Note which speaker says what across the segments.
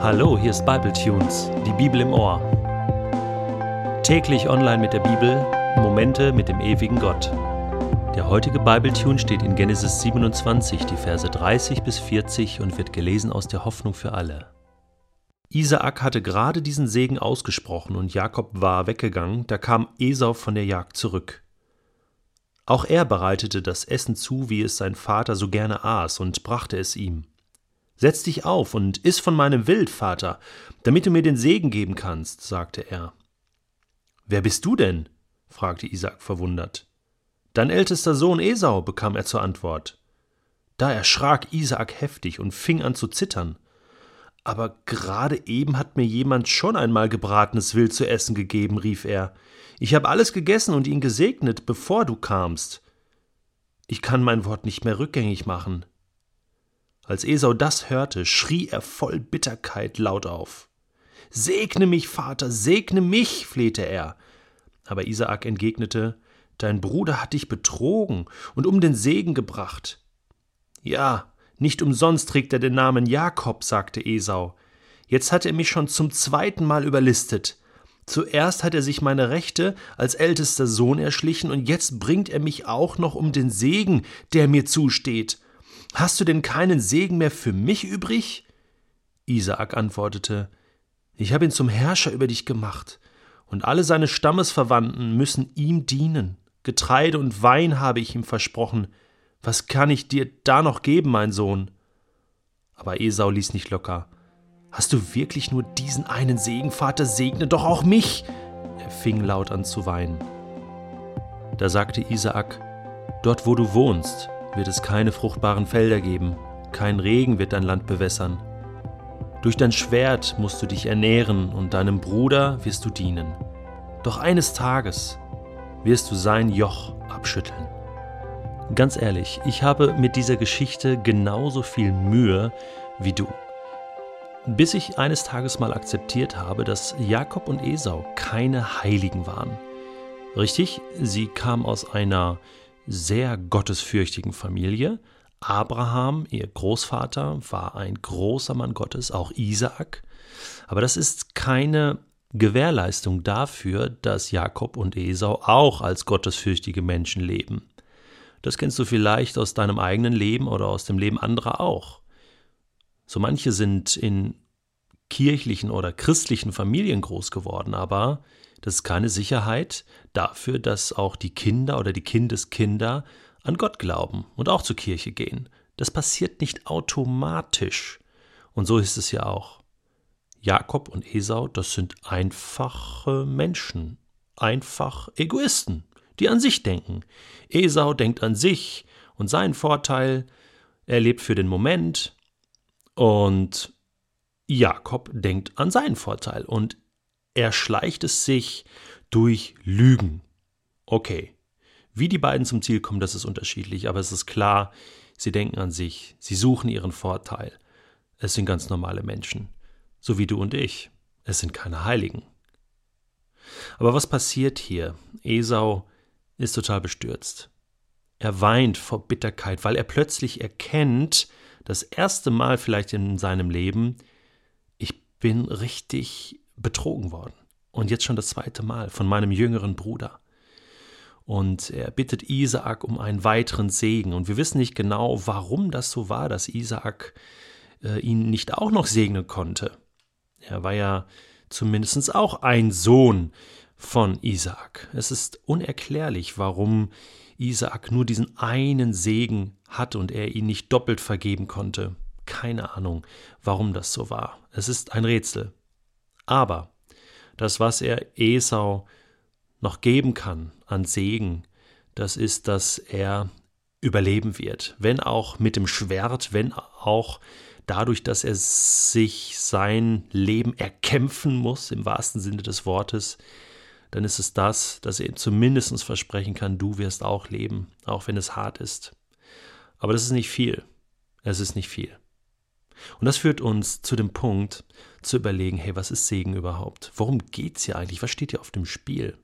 Speaker 1: Hallo, hier ist Bibletunes, die Bibel im Ohr. Täglich online mit der Bibel, Momente mit dem ewigen Gott. Der heutige Bibletune steht in Genesis 27, die Verse 30 bis 40 und wird gelesen aus der Hoffnung für alle. Isaak hatte gerade diesen Segen ausgesprochen und Jakob war weggegangen, da kam Esau von der Jagd zurück. Auch er bereitete das Essen zu, wie es sein Vater so gerne aß, und brachte es ihm. »Setz dich auf und iss von meinem Wild, Vater, damit du mir den Segen geben kannst«, sagte er. »Wer bist du denn?« fragte Isaak verwundert. »Dein ältester Sohn Esau«, bekam er zur Antwort. Da erschrak Isaak heftig und fing an zu zittern. »Aber gerade eben hat mir jemand schon einmal gebratenes Wild zu essen gegeben«, rief er. »Ich habe alles gegessen und ihn gesegnet, bevor du kamst. Ich kann mein Wort nicht mehr rückgängig machen.« Als Esau das hörte, schrie er voll Bitterkeit laut auf. »Segne mich, Vater, segne mich«, flehte er. Aber Isaak entgegnete, »Dein Bruder hat dich betrogen und um den Segen gebracht.« »Ja, nicht umsonst trägt er den Namen Jakob«, sagte Esau. »Jetzt hat er mich schon zum zweiten Mal überlistet. Zuerst hat er sich meine Rechte als ältester Sohn erschlichen und jetzt bringt er mich auch noch um den Segen, der mir zusteht. Hast du denn keinen Segen mehr für mich übrig?« Isaak antwortete, »Ich habe ihn zum Herrscher über dich gemacht, und alle seine Stammesverwandten müssen ihm dienen. Getreide und Wein habe ich ihm versprochen. Was kann ich dir da noch geben, mein Sohn?« Aber Esau ließ nicht locker. »Hast du wirklich nur diesen einen Segen, Vater? Segne doch auch mich!« Er fing laut an zu weinen. Da sagte Isaak, »Dort, wo du wohnst, wird es keine fruchtbaren Felder geben, kein Regen wird dein Land bewässern. Durch dein Schwert musst du dich ernähren und deinem Bruder wirst du dienen. Doch eines Tages wirst du sein Joch abschütteln.« Ganz ehrlich, ich habe mit dieser Geschichte genauso viel Mühe wie du. Bis ich eines Tages mal akzeptiert habe, dass Jakob und Esau keine Heiligen waren. Richtig, sie kamen aus einer sehr gottesfürchtigen Familie. Abraham, ihr Großvater, war ein großer Mann Gottes, auch Isaak. Aber das ist keine Gewährleistung dafür, dass Jakob und Esau auch als gottesfürchtige Menschen leben. Das kennst du vielleicht aus deinem eigenen Leben oder aus dem Leben anderer auch. So manche sind in kirchlichen oder christlichen Familien groß geworden, aber das ist keine Sicherheit dafür, dass auch die Kinder oder die Kindeskinder an Gott glauben und auch zur Kirche gehen. Das passiert nicht automatisch. Und so ist es ja auch. Jakob und Esau, das sind einfache Menschen, einfach Egoisten, die an sich denken. Esau denkt an sich und seinen Vorteil, er lebt für den Moment, und Jakob denkt an seinen Vorteil und er schleicht es sich durch Lügen. Okay, wie die beiden zum Ziel kommen, das ist unterschiedlich, aber es ist klar, sie denken an sich, sie suchen ihren Vorteil. Es sind ganz normale Menschen, so wie du und ich. Es sind keine Heiligen. Aber was passiert hier? Esau ist total bestürzt. Er weint vor Bitterkeit, weil er plötzlich erkennt, das erste Mal vielleicht in seinem Leben, ich bin richtig betrogen worden. Und jetzt schon das zweite Mal von meinem jüngeren Bruder. Und er bittet Isaak um einen weiteren Segen. Und wir wissen nicht genau, warum das so war, dass Isaak ihn nicht auch noch segnen konnte. Er war ja zumindest auch ein Sohn von Isaak. Es ist unerklärlich, warum Isaak nur diesen einen Segen hatte und er ihn nicht doppelt vergeben konnte. Keine Ahnung, warum das so war. Es ist ein Rätsel. Aber das, was er Esau noch geben kann an Segen, das ist, dass er überleben wird. Wenn auch mit dem Schwert, wenn auch dadurch, dass er sich sein Leben erkämpfen muss, im wahrsten Sinne des Wortes, dann ist es das, dass er ihm zumindest versprechen kann, du wirst auch leben, auch wenn es hart ist. Aber das ist nicht viel. Es ist nicht viel. Und das führt uns zu dem Punkt, zu überlegen, hey, was ist Segen überhaupt? Worum geht es hier eigentlich? Was steht hier auf dem Spiel?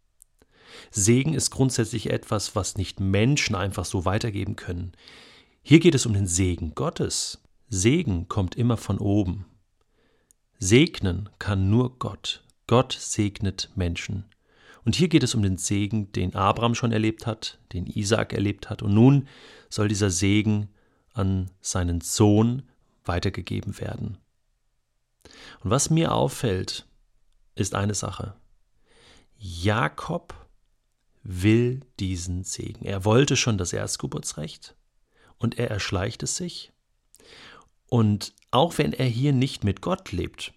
Speaker 1: Segen ist grundsätzlich etwas, was nicht Menschen einfach so weitergeben können. Hier geht es um den Segen Gottes. Segen kommt immer von oben. Segnen kann nur Gott. Gott segnet Menschen. Und hier geht es um den Segen, den Abraham schon erlebt hat, den Isaak erlebt hat. Und nun soll dieser Segen an seinen Sohn weitergegeben werden. Und was mir auffällt, ist eine Sache. Jakob will diesen Segen. Er wollte schon das Erstgeburtsrecht und er erschleicht es sich. Und auch wenn er hier nicht mit Gott lebt,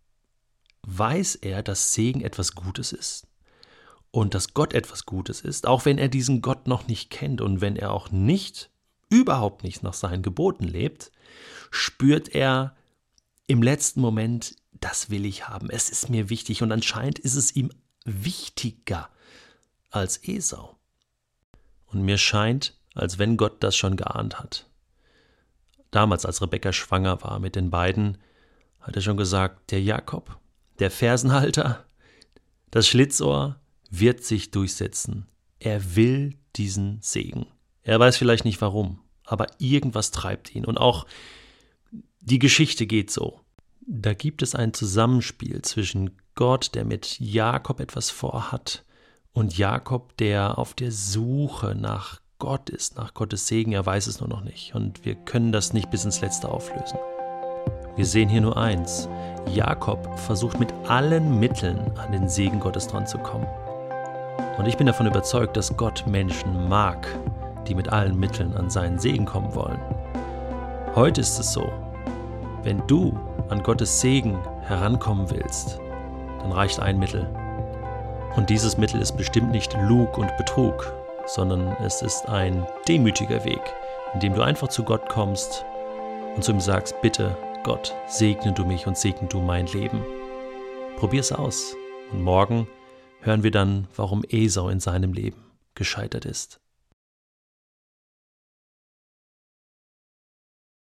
Speaker 1: weiß er, dass Segen etwas Gutes ist und dass Gott etwas Gutes ist, auch wenn er diesen Gott noch nicht kennt und wenn er auch überhaupt nicht nach seinen Geboten lebt, spürt er im letzten Moment, das will ich haben, es ist mir wichtig und anscheinend ist es ihm wichtiger als Esau. Und mir scheint, als wenn Gott das schon geahnt hat. Damals, als Rebekka schwanger war mit den beiden, hat er schon gesagt, der Jakob, der Fersenhalter, das Schlitzohr wird sich durchsetzen. Er will diesen Segen. Er weiß vielleicht nicht warum, aber irgendwas treibt ihn. Und auch die Geschichte geht so. Da gibt es ein Zusammenspiel zwischen Gott, der mit Jakob etwas vorhat, und Jakob, der auf der Suche nach Gott ist, nach Gottes Segen. Er weiß es nur noch nicht. Und wir können das nicht bis ins Letzte auflösen. Wir sehen hier nur eins. Jakob versucht mit allen Mitteln an den Segen Gottes dran zu kommen. Und ich bin davon überzeugt, dass Gott Menschen mag, die mit allen Mitteln an seinen Segen kommen wollen. Heute ist es so, wenn du an Gottes Segen herankommen willst, dann reicht ein Mittel. Und dieses Mittel ist bestimmt nicht Lug und Betrug, sondern es ist ein demütiger Weg, in dem du einfach zu Gott kommst und zu ihm sagst, bitte Gott, segne du mich und segne du mein Leben. Probier's aus und morgen hören wir dann, warum Esau in seinem Leben gescheitert ist.